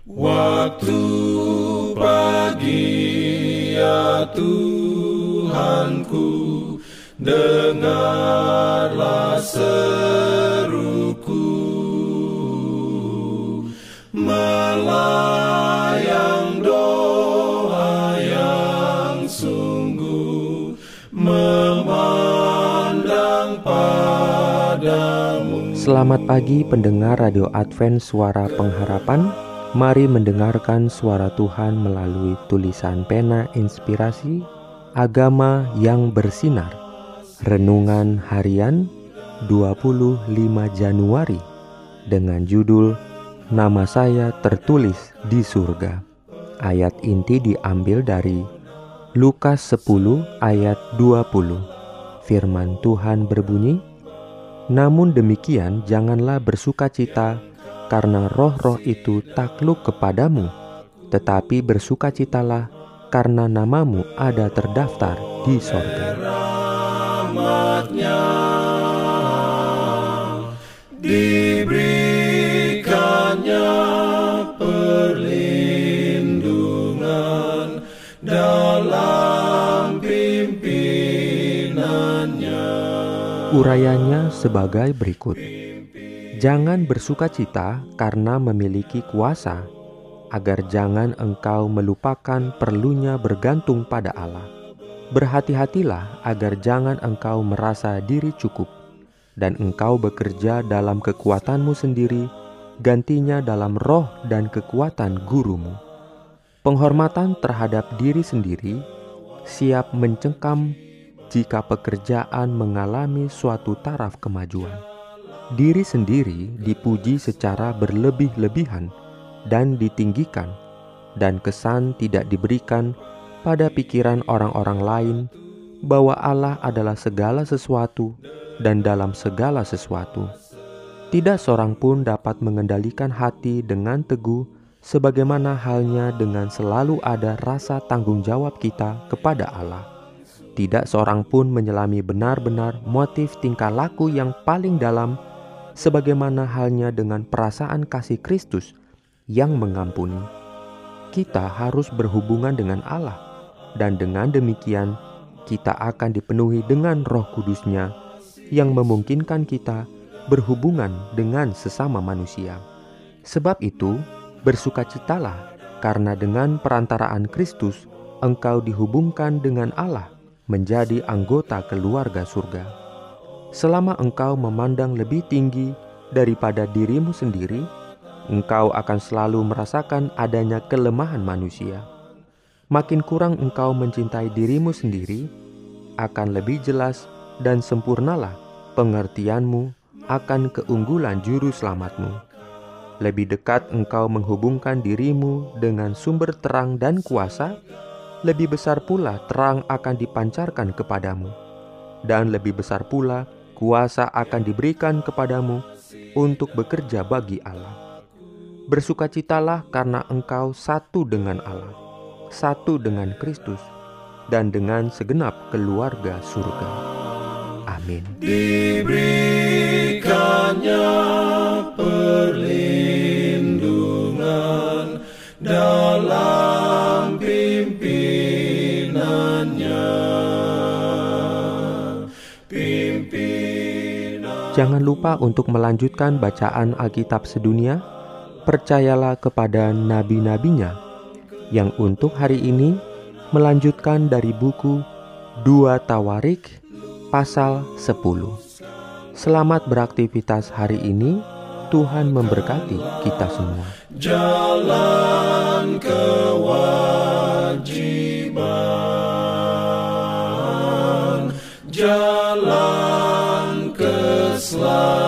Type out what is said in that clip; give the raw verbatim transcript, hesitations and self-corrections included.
Waktu pagi ya Tuhanku, dengarlah seruku, melayang doa yang sungguh, memandang padamu. Selamat pagi pendengar Radio Advent Suara Pengharapan. Mari mendengarkan suara Tuhan melalui tulisan pena inspirasi Agama yang Bersinar. Renungan harian dua puluh lima Januari dengan judul Nama Saya Tertulis di Surga. Ayat inti diambil dari Lukas sepuluh ayat dua puluh. Firman Tuhan berbunyi, "Namun demikian janganlah bersukacita karena roh-roh itu takluk kepadamu, tetapi bersukacitalah karena namamu ada terdaftar di sorga." Rahmatnya diberikannya perlindungan dalam pimpinannya. Urayanya sebagai berikut. Jangan bersukacita karena memiliki kuasa, agar jangan engkau melupakan perlunya bergantung pada Allah. Berhati-hatilah agar jangan engkau merasa diri cukup, dan engkau bekerja dalam kekuatanmu sendiri, gantinya dalam roh dan kekuatan gurumu. Penghormatan terhadap diri sendiri, siap mencengkam jika pekerjaan mengalami suatu taraf kemajuan. Diri sendiri dipuji secara berlebih-lebihan dan ditinggikan, dan kesan tidak diberikan pada pikiran orang-orang lain bahwa Allah adalah segala sesuatu dan dalam segala sesuatu. Tidak seorang pun dapat mengendalikan hati dengan teguh, sebagaimana halnya dengan selalu ada rasa tanggung jawab kita kepada Allah. Tidak seorang pun menyelami benar-benar motif tingkah laku yang paling dalam, sebagaimana halnya dengan perasaan kasih Kristus yang mengampuni. Kita harus berhubungan dengan Allah, dan dengan demikian kita akan dipenuhi dengan Roh Kudus-Nya yang memungkinkan kita berhubungan dengan sesama manusia. Sebab itu, bersukacitalah karena dengan perantaraan Kristus engkau dihubungkan dengan Allah menjadi anggota keluarga surga. Selama engkau memandang lebih tinggi daripada dirimu sendiri, engkau akan selalu merasakan adanya kelemahan manusia. Makin kurang engkau mencintai dirimu sendiri, akan lebih jelas dan sempurnalah pengertianmu akan keunggulan juru selamatmu. Lebih dekat engkau menghubungkan dirimu dengan sumber terang dan kuasa, lebih besar pula terang akan dipancarkan kepadamu, dan lebih besar pula kuasa akan diberikan kepadamu untuk bekerja bagi Allah. Bersukacitalah karena engkau satu dengan Allah, satu dengan Kristus, dan dengan segenap keluarga surga. Amin. Diberikannya perlindungan dalam pimpinannya. Jangan lupa untuk melanjutkan bacaan Alkitab sedunia. Percayalah kepada nabi-nabinya, yang untuk hari ini melanjutkan dari buku dua Tawarik pasal sepuluh. Selamat beraktivitas hari ini. Tuhan memberkati kita semua. Jalan kewajiban, jalan keselamatan.